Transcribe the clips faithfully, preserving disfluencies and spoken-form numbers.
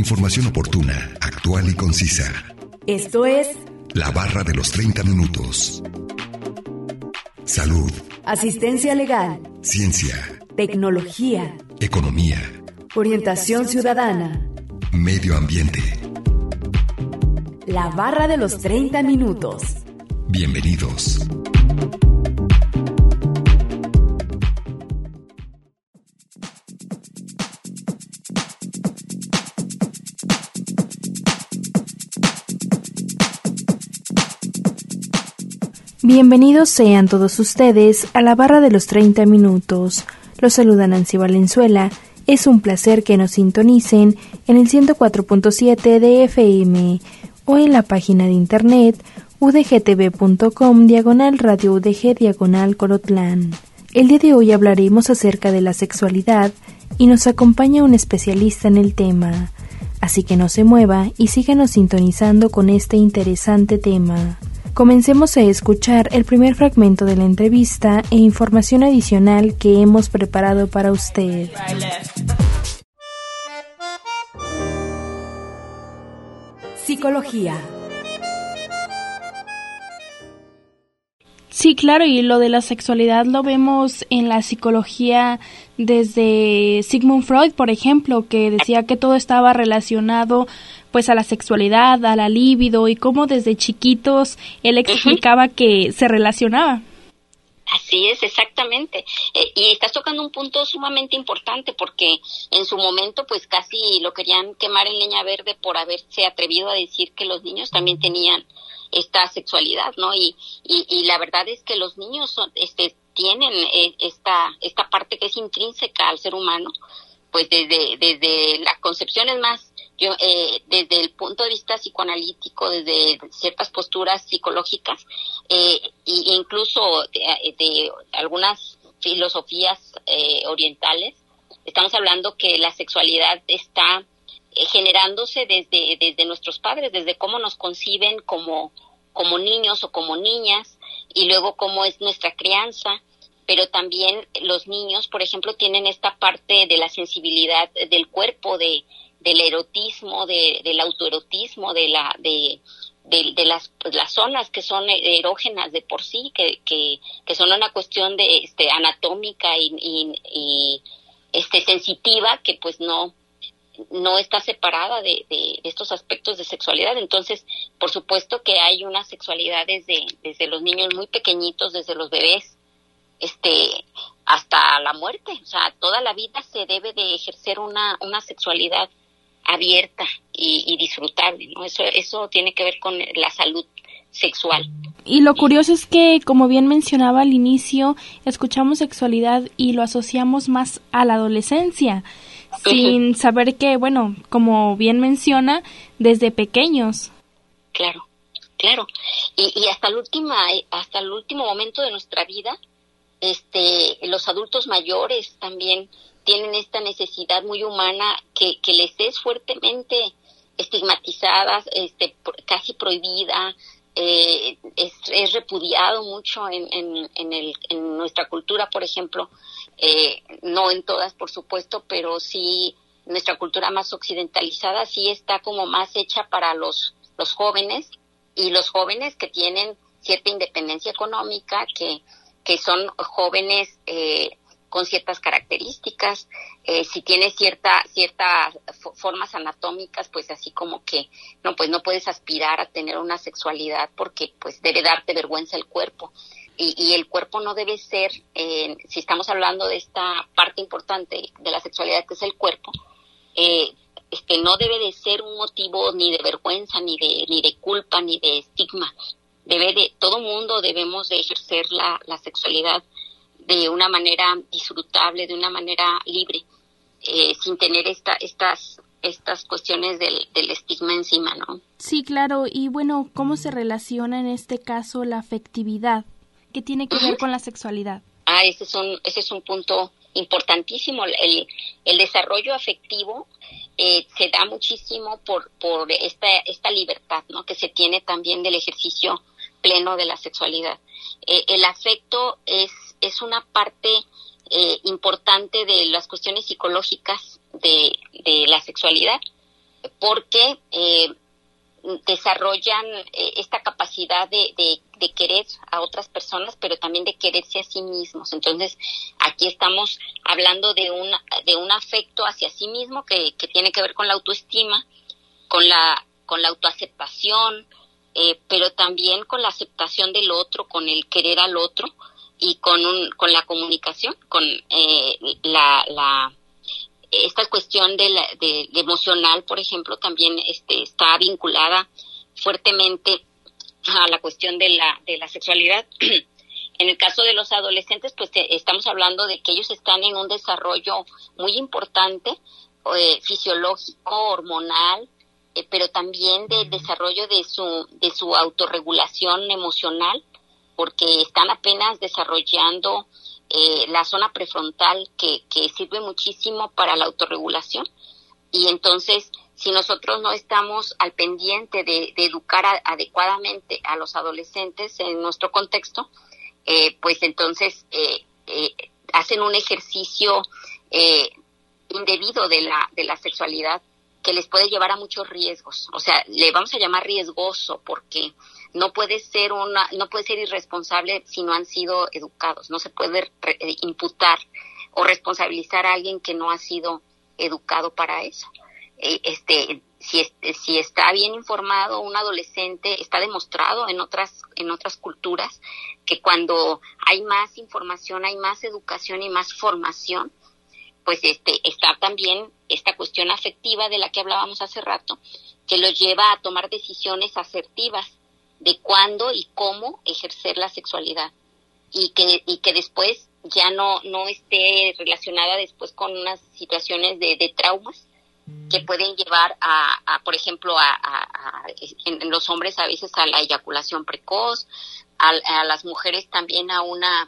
Información oportuna, actual y concisa. Esto es La Barra de los treinta minutos. Salud. Asistencia legal. Ciencia. Tecnología. Economía. Orientación ciudadana. Medio ambiente. La Barra de los treinta minutos. Bienvenidos. Bienvenidos sean todos ustedes a la Barra de los treinta minutos. Los saluda Nancy Valenzuela. Es un placer que nos sintonicen en el ciento cuatro punto siete de F M o en la página de internet udgtv.com diagonal radio udg diagonal Colotlán. El día de hoy hablaremos acerca de la sexualidad y nos acompaña un especialista en el tema. Así que no se mueva y síganos sintonizando con este interesante tema. Comencemos a escuchar el primer fragmento de la entrevista e información adicional que hemos preparado para usted. Psicología. Sí, claro, y lo de la sexualidad lo vemos en la psicología desde Sigmund Freud, por ejemplo, que decía que todo estaba relacionado pues a la sexualidad, a la libido, y cómo desde chiquitos él explicaba uh-huh. que se relacionaba. Así es, exactamente. Eh, y estás tocando un punto sumamente importante porque en su momento pues casi lo querían quemar en leña verde por haberse atrevido a decir que los niños también tenían esta sexualidad, ¿no? Y, y, y la verdad es que los niños son, este, tienen eh, esta, esta parte que es intrínseca al ser humano, pues desde, desde las concepciones más, yo, eh, desde el punto de vista psicoanalítico, desde ciertas posturas psicológicas, eh, e incluso de, de algunas filosofías eh, orientales, estamos hablando que la sexualidad está eh, generándose desde, desde nuestros padres, desde cómo nos conciben como, como niños o como niñas, y luego cómo es nuestra crianza. Pero también los niños, por ejemplo, tienen esta parte de la sensibilidad del cuerpo, de del erotismo, de del autoerotismo, de la de de, de las pues, las zonas que son erógenas de por sí, que que que son una cuestión de este anatómica y y, y este sensitiva que pues no no está separada de, de de estos aspectos de sexualidad. Entonces, por supuesto que hay una sexualidad desde desde los niños muy pequeñitos, desde los bebés, este hasta la muerte. O sea, toda la vida se debe de ejercer una una sexualidad abierta y, y disfrutable, ¿no? Eso eso tiene que ver con la salud sexual. Y lo curioso es que, como bien mencionaba al inicio, escuchamos sexualidad y lo asociamos más a la adolescencia, sin uh-huh. saber que, bueno, como bien menciona, desde pequeños. Claro, claro. Y, y hasta el última, hasta el último momento de nuestra vida, este, los adultos mayores también tienen esta necesidad muy humana que, que les es fuertemente estigmatizada, este, casi prohibida, eh, es, es repudiado mucho en, en, en, el, en nuestra cultura, por ejemplo, eh, no en todas, por supuesto, pero sí nuestra cultura más occidentalizada sí está como más hecha para los, los jóvenes, y los jóvenes que tienen cierta independencia económica, que, que son jóvenes eh, con ciertas características, eh, si tienes cierta ciertas formas anatómicas, pues así como que no pues no puedes aspirar a tener una sexualidad porque pues debe darte vergüenza el cuerpo, y, y el cuerpo no debe ser, eh, si estamos hablando de esta parte importante de la sexualidad que es el cuerpo, eh, este no debe de ser un motivo ni de vergüenza, ni de ni de culpa, ni de estigma. Debe de todo mundo debemos de ejercer la la sexualidad de una manera disfrutable, de una manera libre, eh, sin tener esta, estas, estas cuestiones del, del estigma encima, ¿no? Sí, claro. Y bueno, ¿cómo se relaciona en este caso la afectividad? ¿Qué tiene que uh-huh. ver con la sexualidad? Ah, ese es un, ese es un punto importantísimo. El, el desarrollo afectivo eh, se da muchísimo por, por esta, esta libertad, ¿no? Que se tiene también del ejercicio pleno de la sexualidad. Eh, el afecto es es una parte eh, importante de las cuestiones psicológicas de, de la sexualidad, porque eh, desarrollan eh, esta capacidad de, de, de querer a otras personas, pero también de quererse a sí mismos. Entonces, aquí estamos hablando de un, de un afecto hacia sí mismo que, que tiene que ver con la autoestima, con la, con la autoaceptación, eh, pero también con la aceptación del otro, con el querer al otro y con un, con la comunicación, con eh, la, la esta cuestión de, la, de, de emocional, por ejemplo, también este, está vinculada fuertemente a la cuestión de la, de la sexualidad. En el caso de los adolescentes, pues te, estamos hablando de que ellos están en un desarrollo muy importante, eh, fisiológico, hormonal, eh, pero también del desarrollo de su, de su autorregulación emocional, porque están apenas desarrollando Eh, la zona prefrontal que, que sirve muchísimo para la autorregulación. Y entonces, si nosotros no estamos al pendiente de, de educar a, adecuadamente a los adolescentes en nuestro contexto, eh, pues entonces eh, eh, hacen un ejercicio eh, indebido de la, de la sexualidad que les puede llevar a muchos riesgos. O sea, le vamos a llamar riesgoso porque no puede ser una, no puede ser irresponsable si no han sido educados. No se puede re, imputar o responsabilizar a alguien que no ha sido educado para eso. Eh, este, si, si está bien informado un adolescente, está demostrado en otras, en otras culturas que cuando hay más información, hay más educación y más formación, pues este, está también esta cuestión afectiva de la que hablábamos hace rato, que los lleva a tomar decisiones asertivas de cuándo y cómo ejercer la sexualidad y que y que después ya no no esté relacionada después con unas situaciones de, de traumas que pueden llevar a, a por ejemplo a, a, a en los hombres a veces a la eyaculación precoz, a, a las mujeres también a una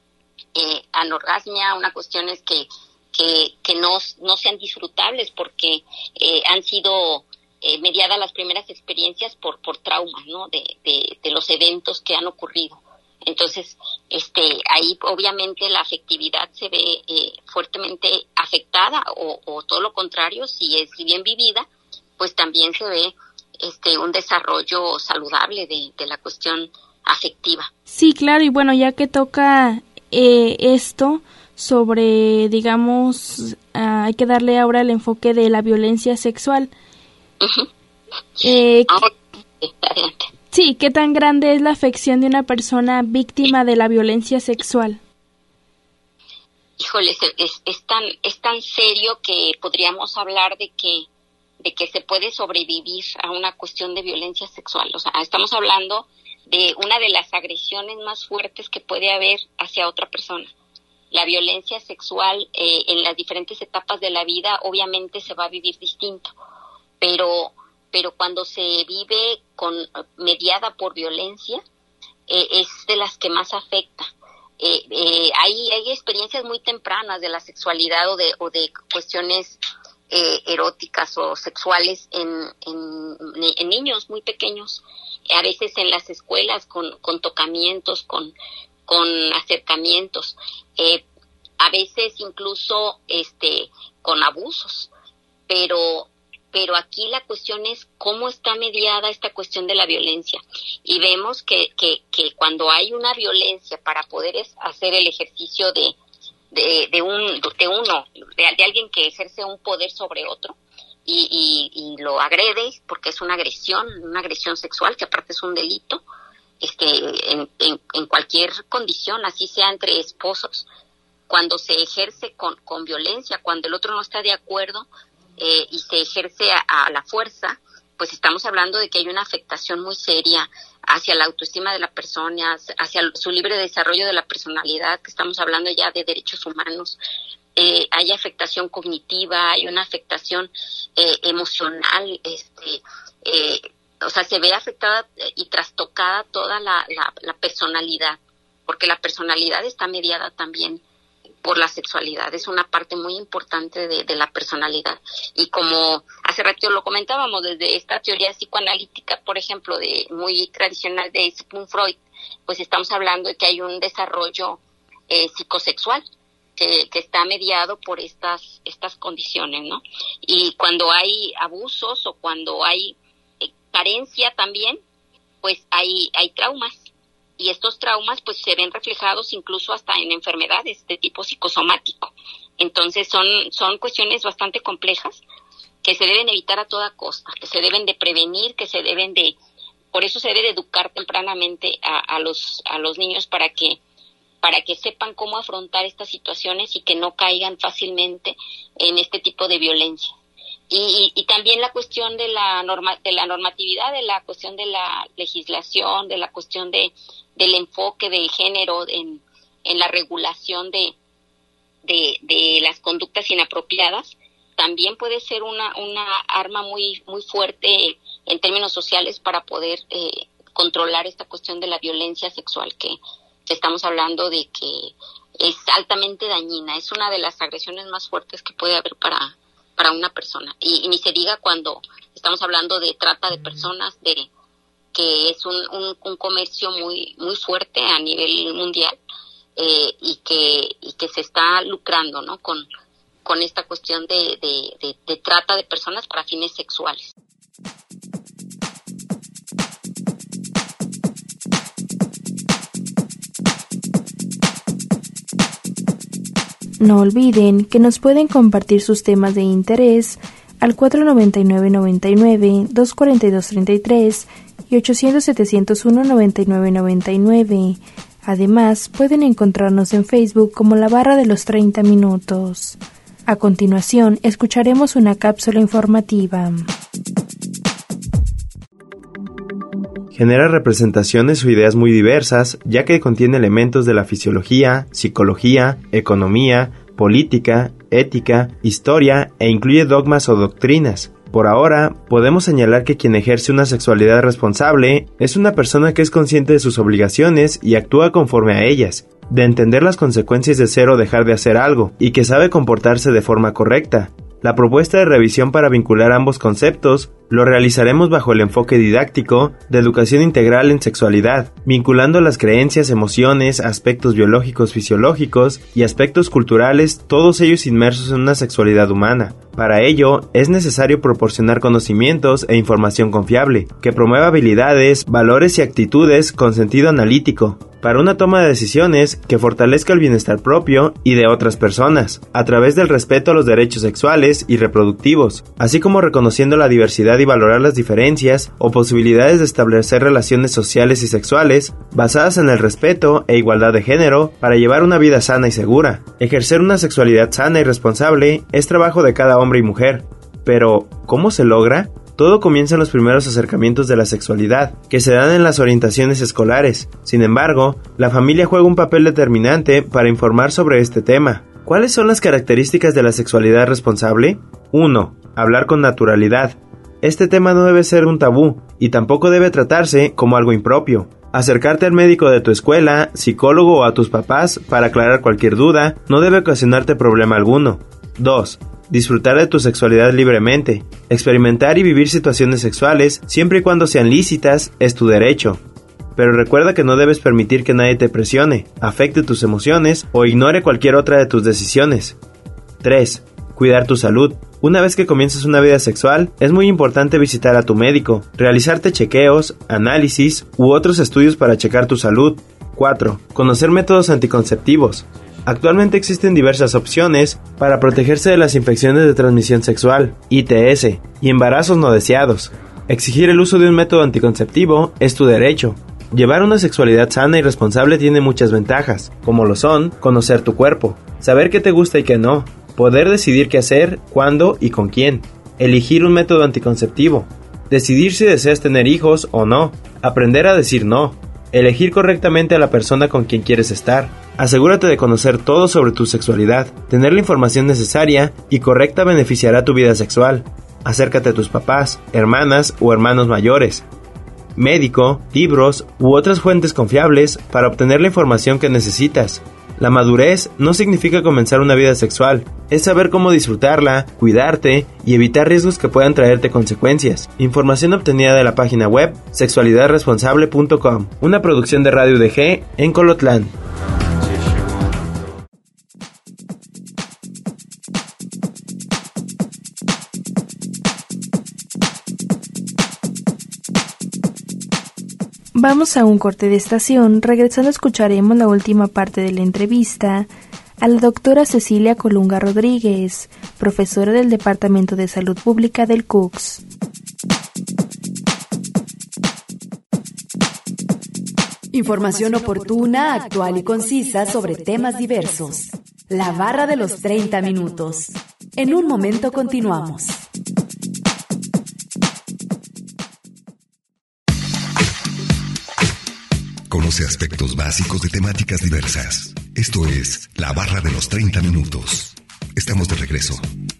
eh, anorgasmia, una cuestiones que que que no no sean disfrutables porque eh, han sido Eh, mediada las primeras experiencias por por traumas, ¿no? De, de de los eventos que han ocurrido. Entonces, este, ahí obviamente la afectividad se ve eh, fuertemente afectada o, o todo lo contrario, si es bien vivida, pues también se ve este un desarrollo saludable de, de la cuestión afectiva. Sí, claro, y bueno, ya que toca eh, esto sobre, digamos, uh, hay que darle ahora el enfoque de la violencia sexual. Uh-huh. Eh, Ahora, adelante. Sí, ¿qué tan grande es la afección de una persona víctima de la violencia sexual? Híjole, es, es tan es tan serio que podríamos hablar de que de que se puede sobrevivir a una cuestión de violencia sexual. O sea, estamos hablando de una de las agresiones más fuertes que puede haber hacia otra persona. La violencia sexual eh, en las diferentes etapas de la vida obviamente se va a vivir distinto. Pero, pero cuando se vive con mediada por violencia, eh, es de las que más afecta. Eh, eh, hay, hay experiencias muy tempranas de la sexualidad o de, o de cuestiones eh, eróticas o sexuales en, en, en niños muy pequeños, a veces en las escuelas con, con tocamientos, con, con acercamientos, eh, a veces incluso este, con abusos, pero pero aquí la cuestión es cómo está mediada esta cuestión de la violencia. Y vemos que, que, que cuando hay una violencia para poder hacer el ejercicio de, de, de, un, de uno, de, de alguien que ejerce un poder sobre otro y, y, y lo agrede, porque es una agresión, una agresión sexual, que aparte es un delito, este, en, en, en cualquier condición, así sea entre esposos, cuando se ejerce con, con violencia, cuando el otro no está de acuerdo, Eh, y se ejerce a, a la fuerza, pues estamos hablando de que hay una afectación muy seria hacia la autoestima de la persona, hacia su libre desarrollo de la personalidad, que estamos hablando ya de derechos humanos. Eh, hay afectación cognitiva, hay una afectación eh, emocional, este, eh, o sea, se ve afectada y trastocada toda la, la, la personalidad, porque la personalidad está mediada también por la sexualidad, es una parte muy importante de, de la personalidad. Y como hace rato lo comentábamos, desde esta teoría psicoanalítica, por ejemplo, de muy tradicional de Sigmund Freud, pues estamos hablando de que hay un desarrollo eh, psicosexual, que, que está mediado por estas, estas condiciones, ¿no? Y cuando hay abusos o cuando hay eh, carencia también, pues hay, hay traumas. Y estos traumas pues se ven reflejados incluso hasta en enfermedades de tipo psicosomático. Entonces son, son cuestiones bastante complejas que se deben evitar a toda costa, que se deben de prevenir, que se deben de, por eso se debe de educar tempranamente a, a los, a los niños para que, para que sepan cómo afrontar estas situaciones y que no caigan fácilmente en este tipo de violencia. Y, y, y también la cuestión de la norma, de la normatividad, de la cuestión de la legislación, de la cuestión de, del enfoque de género en, en la regulación de, de, de las conductas inapropiadas, también puede ser una, una arma muy, muy fuerte en términos sociales para poder eh, controlar esta cuestión de la violencia sexual que, que estamos hablando de que es altamente dañina, es una de las agresiones más fuertes que puede haber para, para una persona. Y, y ni se diga cuando estamos hablando de trata de personas, de que es un, un, un comercio muy, muy fuerte a nivel mundial eh, y que, y que se está lucrando, ¿no? Con con esta cuestión de, de, de, de trata de personas para fines sexuales. No olviden que nos pueden compartir sus temas de interés al cuatro noventa y nueve noventa y nueve, dos cuarenta y dos treinta y tres y ochocientos setecientos uno noventa y nueve noventa y nueve. Además, pueden encontrarnos en Facebook como La Barra de los treinta Minutos. A continuación, escucharemos una cápsula informativa. Genera representaciones o ideas muy diversas, ya que contiene elementos de la fisiología, psicología, economía, política, ética, historia e incluye dogmas o doctrinas. Por ahora, podemos señalar que quien ejerce una sexualidad responsable es una persona que es consciente de sus obligaciones y actúa conforme a ellas, de entender las consecuencias de hacer o dejar de hacer algo, y que sabe comportarse de forma correcta. La propuesta de revisión para vincular ambos conceptos lo realizaremos bajo el enfoque didáctico de educación integral en sexualidad, vinculando las creencias, emociones, aspectos biológicos, fisiológicos y aspectos culturales, todos ellos inmersos en una sexualidad humana. Para ello, es necesario proporcionar conocimientos e información confiable, que promueva habilidades, valores y actitudes con sentido analítico, para una toma de decisiones que fortalezca el bienestar propio y de otras personas, a través del respeto a los derechos sexuales y reproductivos, así como reconociendo la diversidad y valorar las diferencias o posibilidades de establecer relaciones sociales y sexuales basadas en el respeto e igualdad de género para llevar una vida sana y segura. Ejercer una sexualidad sana y responsable es trabajo de cada hombre y mujer. Pero, ¿cómo se logra? Todo comienza en los primeros acercamientos de la sexualidad, que se dan en las orientaciones escolares. Sin embargo, la familia juega un papel determinante para informar sobre este tema. ¿Cuáles son las características de la sexualidad responsable? uno. Hablar con naturalidad. Este tema no debe ser un tabú, y tampoco debe tratarse como algo impropio. Acercarte al médico de tu escuela, psicólogo o a tus papás para aclarar cualquier duda no debe ocasionarte problema alguno. dos. Disfrutar de tu sexualidad libremente. Experimentar y vivir situaciones sexuales, siempre y cuando sean lícitas, es tu derecho. Pero recuerda que no debes permitir que nadie te presione, afecte tus emociones o ignore cualquier otra de tus decisiones. tres. Cuidar tu salud. Una vez que comienzas una vida sexual, es muy importante visitar a tu médico, realizarte chequeos, análisis u otros estudios para checar tu salud. cuatro. Conocer métodos anticonceptivos. Actualmente existen diversas opciones para protegerse de las infecciones de transmisión sexual, I T S, y embarazos no deseados. Exigir el uso de un método anticonceptivo es tu derecho. Llevar una sexualidad sana y responsable tiene muchas ventajas, como lo son conocer tu cuerpo, saber qué te gusta y qué no, poder decidir qué hacer, cuándo y con quién, elegir un método anticonceptivo, decidir si deseas tener hijos o no, aprender a decir no, elegir correctamente a la persona con quien quieres estar. Asegúrate de conocer todo sobre tu sexualidad. Tener la información necesaria y correcta beneficiará tu vida sexual. Acércate a tus papás, hermanas o hermanos mayores, médico, libros u otras fuentes confiables para obtener la información que necesitas. La madurez no significa comenzar una vida sexual, es saber cómo disfrutarla, cuidarte y evitar riesgos que puedan traerte consecuencias. Información obtenida de la página web sexualidad responsable punto com, una producción de Radio U D G en Colotlán. Vamos a un corte de estación. Regresando escucharemos la última parte de la entrevista a la doctora Cecilia Colunga Rodríguez, profesora del Departamento de Salud Pública del C U C S. Información oportuna, actual y concisa sobre temas diversos. La barra de los treinta minutos. En un momento continuamos. Conoce aspectos básicos de temáticas diversas. Esto es La Barra de los treinta minutos. Estamos de regreso.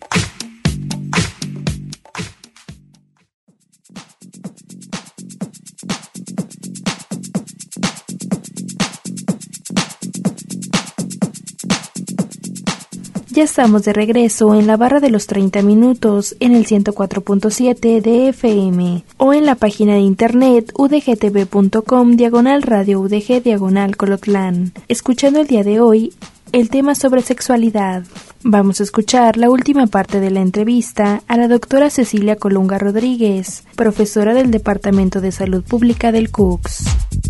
Ya estamos de regreso en la barra de los treinta minutos en el ciento cuatro punto siete de F M o en la página de internet udgtv.com diagonal radio udg diagonal Colotlán. Escuchando el día de hoy el tema sobre sexualidad. Vamos a escuchar la última parte de la entrevista a la doctora Cecilia Colunga Rodríguez, profesora del Departamento de Salud Pública del C U C S.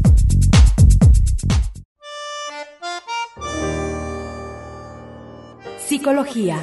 Psicología.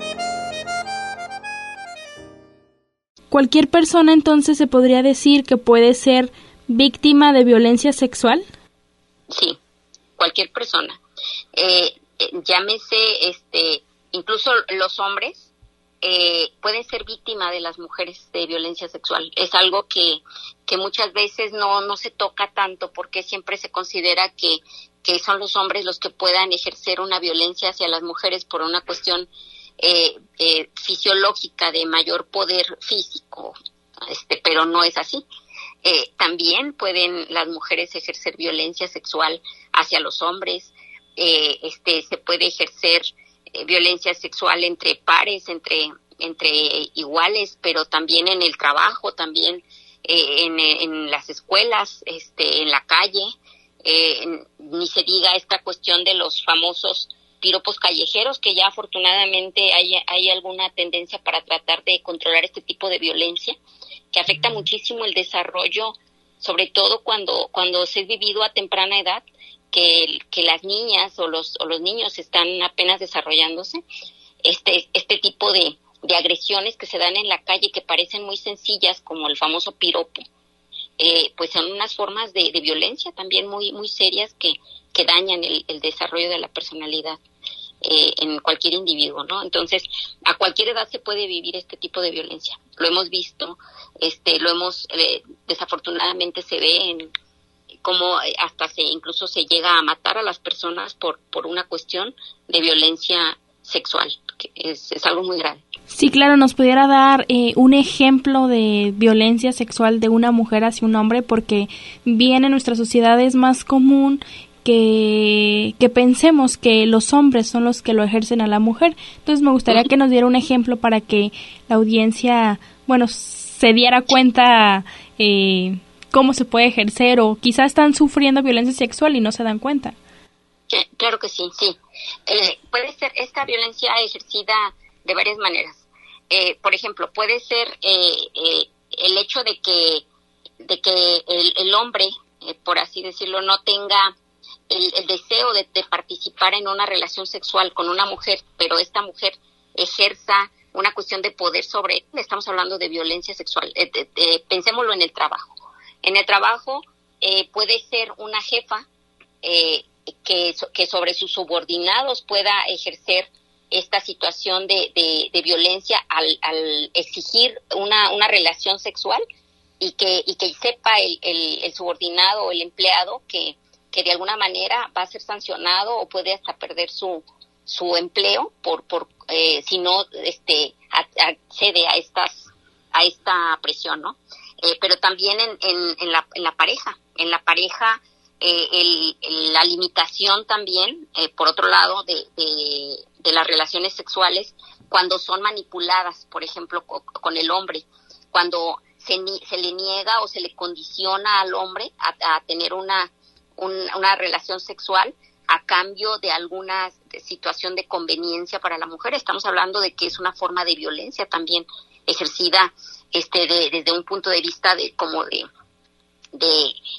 ¿Cualquier persona entonces se podría decir que puede ser víctima de violencia sexual? Sí, cualquier persona. Eh, eh, llámese, este, incluso los hombres eh, pueden ser víctimas de las mujeres de violencia sexual. Es algo que, que muchas veces no, no se toca tanto porque siempre se considera que que son los hombres los que puedan ejercer una violencia hacia las mujeres por una cuestión eh, eh, fisiológica de mayor poder físico, este, pero no es así. Eh, también pueden las mujeres ejercer violencia sexual hacia los hombres, eh, este, se puede ejercer eh, violencia sexual entre pares, entre, entre iguales, pero también en el trabajo, también eh, en, en las escuelas, este, en la calle. Eh, ni se diga esta cuestión de los famosos piropos callejeros, que ya afortunadamente hay, hay alguna tendencia para tratar de controlar este tipo de violencia, que afecta muchísimo el desarrollo, sobre todo cuando, cuando se es vivido a temprana edad, que, que las niñas o los, o los niños están apenas desarrollándose. Este, este tipo de, de agresiones que se dan en la calle, que parecen muy sencillas, como el famoso piropo, Eh, pues son unas formas de, de violencia también muy muy serias que, que dañan el, el desarrollo de la personalidad eh, en cualquier individuo, ¿no? Entonces, a cualquier edad se puede vivir este tipo de violencia. Lo hemos visto, este, lo hemos, eh, desafortunadamente se ve en cómo hasta se incluso se llega a matar a las personas por, por una cuestión de violencia sexual, que es, es algo muy grave. Sí, claro, ¿nos pudiera dar eh, un ejemplo de violencia sexual de una mujer hacia un hombre? Porque bien en nuestra sociedad es más común que, que pensemos que los hombres son los que lo ejercen a la mujer. Entonces me gustaría que nos diera un ejemplo para que la audiencia, bueno, se diera cuenta eh, cómo se puede ejercer, o quizás están sufriendo violencia sexual y no se dan cuenta. Sí, claro que sí, sí. Eh, puede ser esta violencia ejercida de varias maneras. Eh, por ejemplo, puede ser eh, eh, el hecho de que de que el, el hombre, eh, por así decirlo, no tenga el, el deseo de, de participar en una relación sexual con una mujer, pero esta mujer ejerza una cuestión de poder sobre él. Estamos hablando de violencia sexual. Eh, de, de, pensémoslo en el trabajo. En el trabajo eh, puede ser una jefa eh, que, que sobre sus subordinados pueda ejercer esta situación de, de, de violencia al, al exigir una, una relación sexual, y que, y que sepa el, el, el subordinado o el empleado que, que de alguna manera va a ser sancionado o puede hasta perder su, su empleo por, por eh, si no este, accede a estas, a esta presión, ¿no? Eh, pero también en, en, en la, en la pareja, en la pareja, Eh, el, el, la limitación también, eh, por otro lado, de, de, de las relaciones sexuales cuando son manipuladas, por ejemplo, co- con el hombre, cuando se, ni- se le niega o se le condiciona al hombre a, a tener una, un, una relación sexual a cambio de alguna situación de conveniencia para la mujer. Estamos hablando de que es una forma de violencia también ejercida este de, desde un punto de vista de como de, de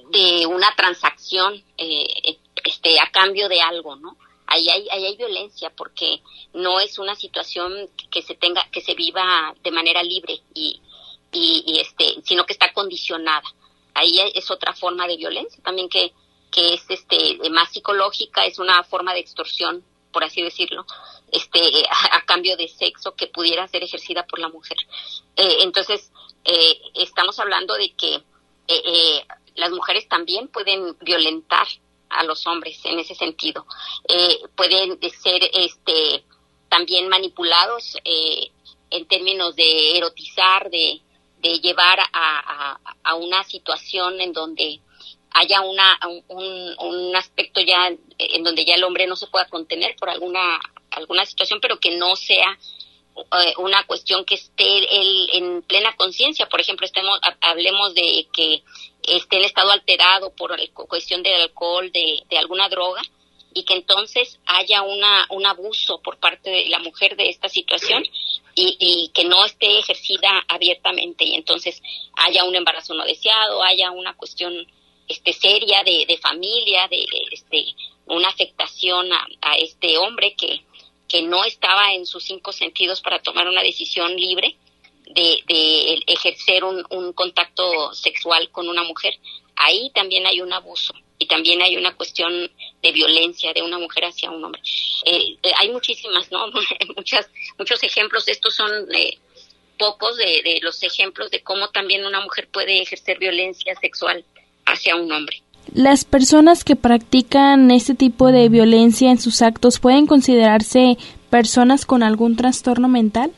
de una transacción eh, este a cambio de algo, ¿no? Ahí hay, ahí hay violencia porque no es una situación que se tenga, que se viva de manera libre y, y, y este, sino que está condicionada. Ahí es otra forma de violencia también que, que es este más psicológica, es una forma de extorsión, por así decirlo, este a, a cambio de sexo que pudiera ser ejercida por la mujer. Eh, entonces, eh, estamos hablando de que eh, eh, las mujeres también pueden violentar a los hombres en ese sentido. Eh, pueden ser este también manipulados eh, en términos de erotizar, de, de llevar a, a, a una situación en donde haya una un, un aspecto ya en donde ya el hombre no se pueda contener por alguna alguna situación, pero que no sea eh, una cuestión que esté él en plena conciencia. Por ejemplo, estemos hablemos de que esté en estado alterado por la cuestión del alcohol, de, de alguna droga, y que entonces haya una un abuso por parte de la mujer de esta situación y, y que no esté ejercida abiertamente, y entonces haya un embarazo no deseado, haya una cuestión este seria de, de familia, de este una afectación a, a este hombre que, que no estaba en sus cinco sentidos para tomar una decisión libre de, de ejercer un, un contacto sexual con una mujer. Ahí también hay un abuso y también hay una cuestión de violencia de una mujer hacia un hombre. Eh, eh, hay muchísimas, ¿no? Muchas, muchos ejemplos. Estos son eh, pocos de, de los ejemplos de cómo también una mujer puede ejercer violencia sexual hacia un hombre. ¿Las personas que practican este tipo de violencia en sus actos pueden considerarse personas con algún trastorno mental?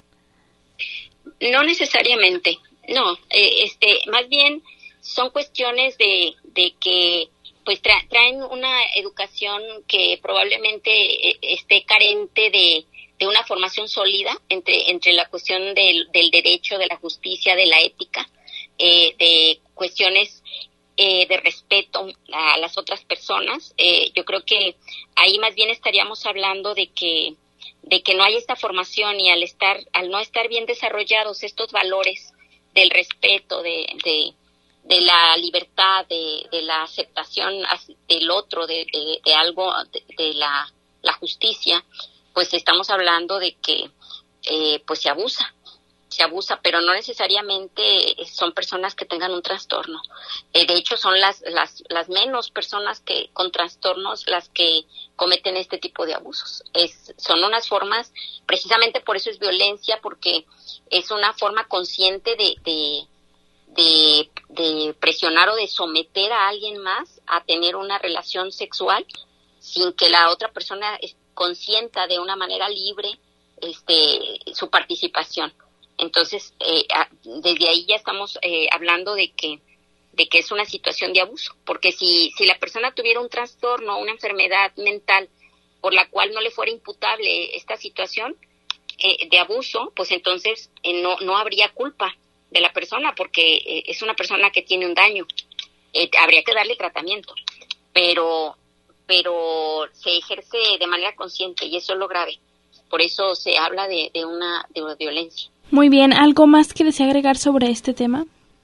No necesariamente, no, eh, este, más bien son cuestiones de, de que pues tra- traen una educación que probablemente eh, esté carente de, de una formación sólida entre, entre la cuestión del, del derecho, de la justicia, de la ética, eh, de cuestiones eh, de respeto a las otras personas. Eh, yo creo que ahí más bien estaríamos hablando de que de que no hay esta formación, y al estar al no estar bien desarrollados estos valores del respeto, de de, de la libertad, de, de la aceptación del otro, de, de, de algo, de, de la, la justicia, pues estamos hablando de que eh, pues se abusa, se abusa, pero no necesariamente son personas que tengan un trastorno. Eh, de hecho, son las, las, las menos personas que con trastornos las que cometen este tipo de abusos. Es, son unas formas, precisamente por eso es violencia, porque es una forma consciente de, de, de, de presionar o de someter a alguien más a tener una relación sexual sin que la otra persona consienta de una manera libre este, su participación. Entonces, eh, desde ahí ya estamos eh, hablando de que de que es una situación de abuso, porque si si la persona tuviera un trastorno, una enfermedad mental por la cual no le fuera imputable esta situación eh, de abuso, pues entonces eh, no no habría culpa de la persona, porque eh, es una persona que tiene un daño. Eh, habría que darle tratamiento, pero pero se ejerce de manera consciente, y eso es lo grave. Por eso se habla de, de una de una violencia. Muy bien, ¿algo más que desea agregar sobre este tema?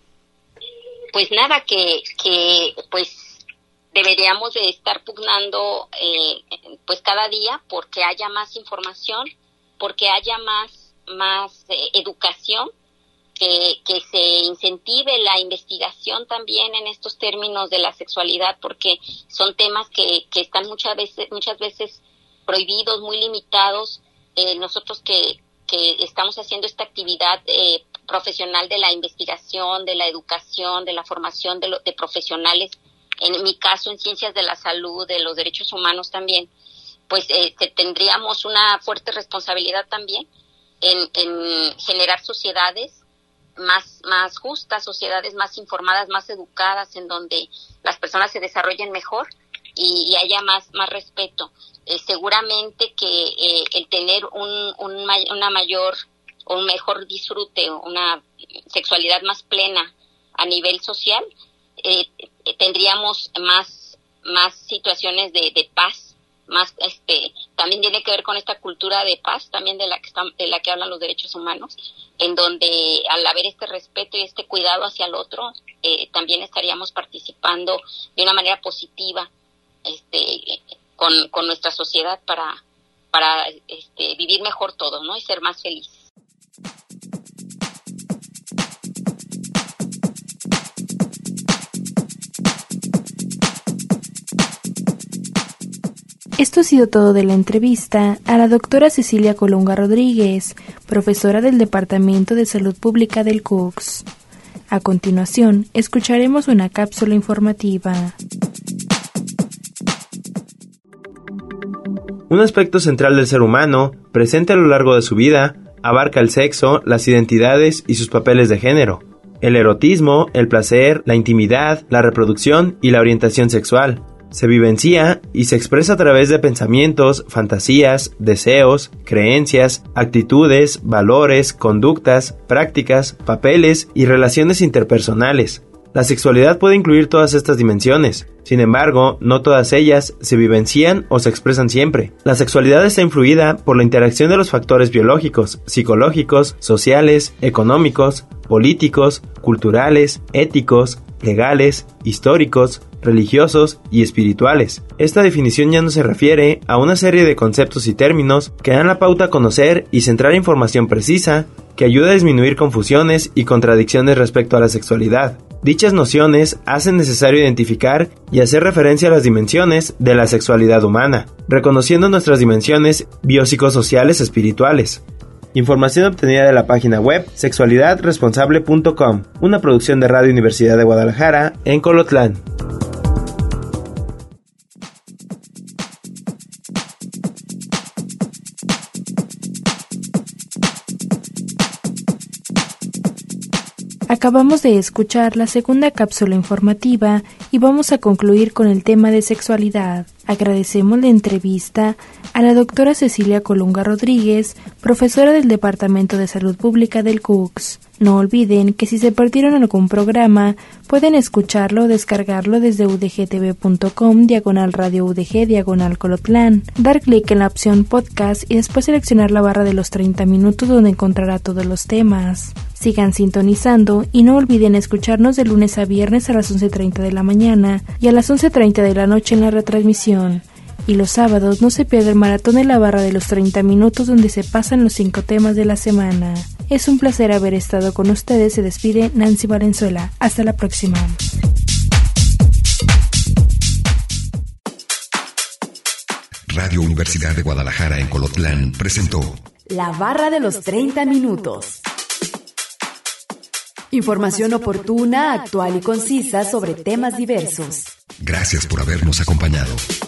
Pues nada, que, que pues deberíamos de estar pugnando eh, pues cada día porque haya más información, porque haya más, más eh, educación, que, que se incentive la investigación también en estos términos de la sexualidad, porque son temas que, que están muchas veces, muchas veces prohibidos, muy limitados. Eh, nosotros que que estamos haciendo esta actividad eh, profesional de la investigación, de la educación, de la formación de, lo, de profesionales, en mi caso en ciencias de la salud, de los derechos humanos también, pues eh, tendríamos una fuerte responsabilidad también en, en generar sociedades más, más justas, sociedades más informadas, más educadas, en donde las personas se desarrollen mejor y, y haya más, más respeto. Eh, seguramente que eh, el tener un, un una mayor o un mejor disfrute, una sexualidad más plena a nivel social, eh, tendríamos más más situaciones de, de paz, más este también tiene que ver con esta cultura de paz también de la que están, de la que hablan los derechos humanos, en donde al haber este respeto y este cuidado hacia el otro, eh, también estaríamos participando de una manera positiva este con, con nuestra sociedad para, para este, vivir mejor todos, ¿no? Y ser más felices. Esto ha sido todo de la entrevista a la doctora Cecilia Colunga Rodríguez, profesora del Departamento de Salud Pública del C U C S. A continuación, escucharemos una cápsula informativa. Un aspecto central del ser humano, presente a lo largo de su vida, abarca el sexo, las identidades y sus papeles de género, el erotismo, el placer, la intimidad, la reproducción y la orientación sexual. Se vivencia y se expresa a través de pensamientos, fantasías, deseos, creencias, actitudes, valores, conductas, prácticas, papeles y relaciones interpersonales. La sexualidad puede incluir todas estas dimensiones. Sin embargo, no todas ellas se vivencian o se expresan siempre. La sexualidad está influida por la interacción de los factores biológicos, psicológicos, sociales, económicos, políticos, culturales, éticos, legales, históricos, religiosos y espirituales. Esta definición ya no se refiere a una serie de conceptos y términos que dan la pauta a conocer y centrar información precisa que ayuda a disminuir confusiones y contradicciones respecto a la sexualidad. Dichas nociones hacen necesario identificar y hacer referencia a las dimensiones de la sexualidad humana, reconociendo nuestras dimensiones biopsicosociales espirituales. Información obtenida de la página web sexualidad responsable punto com, una producción de Radio Universidad de Guadalajara en Colotlán. Acabamos de escuchar la segunda cápsula informativa y vamos a concluir con el tema de sexualidad. Agradecemos la entrevista a la doctora Cecilia Colunga Rodríguez, profesora del Departamento de Salud Pública del C U C S. No olviden que si se perdieron algún programa, pueden escucharlo o descargarlo desde udgtv.com, diagonal radio UDG, diagonal Colotlán. Dar clic en la opción podcast y después seleccionar la barra de los treinta minutos donde encontrará todos los temas. Sigan sintonizando y no olviden escucharnos de lunes a viernes a las once treinta de la mañana y a las once treinta de la noche en la retransmisión. Y los sábados no se pierda el maratón en la barra de los treinta minutos donde se pasan los cinco temas de la semana. Es un placer haber estado con ustedes. Se despide Nancy Valenzuela. Hasta la próxima. Radio Universidad de Guadalajara en Colotlán presentó La barra de los treinta minutos. Información oportuna, actual y concisa sobre temas diversos. Gracias por habernos acompañado.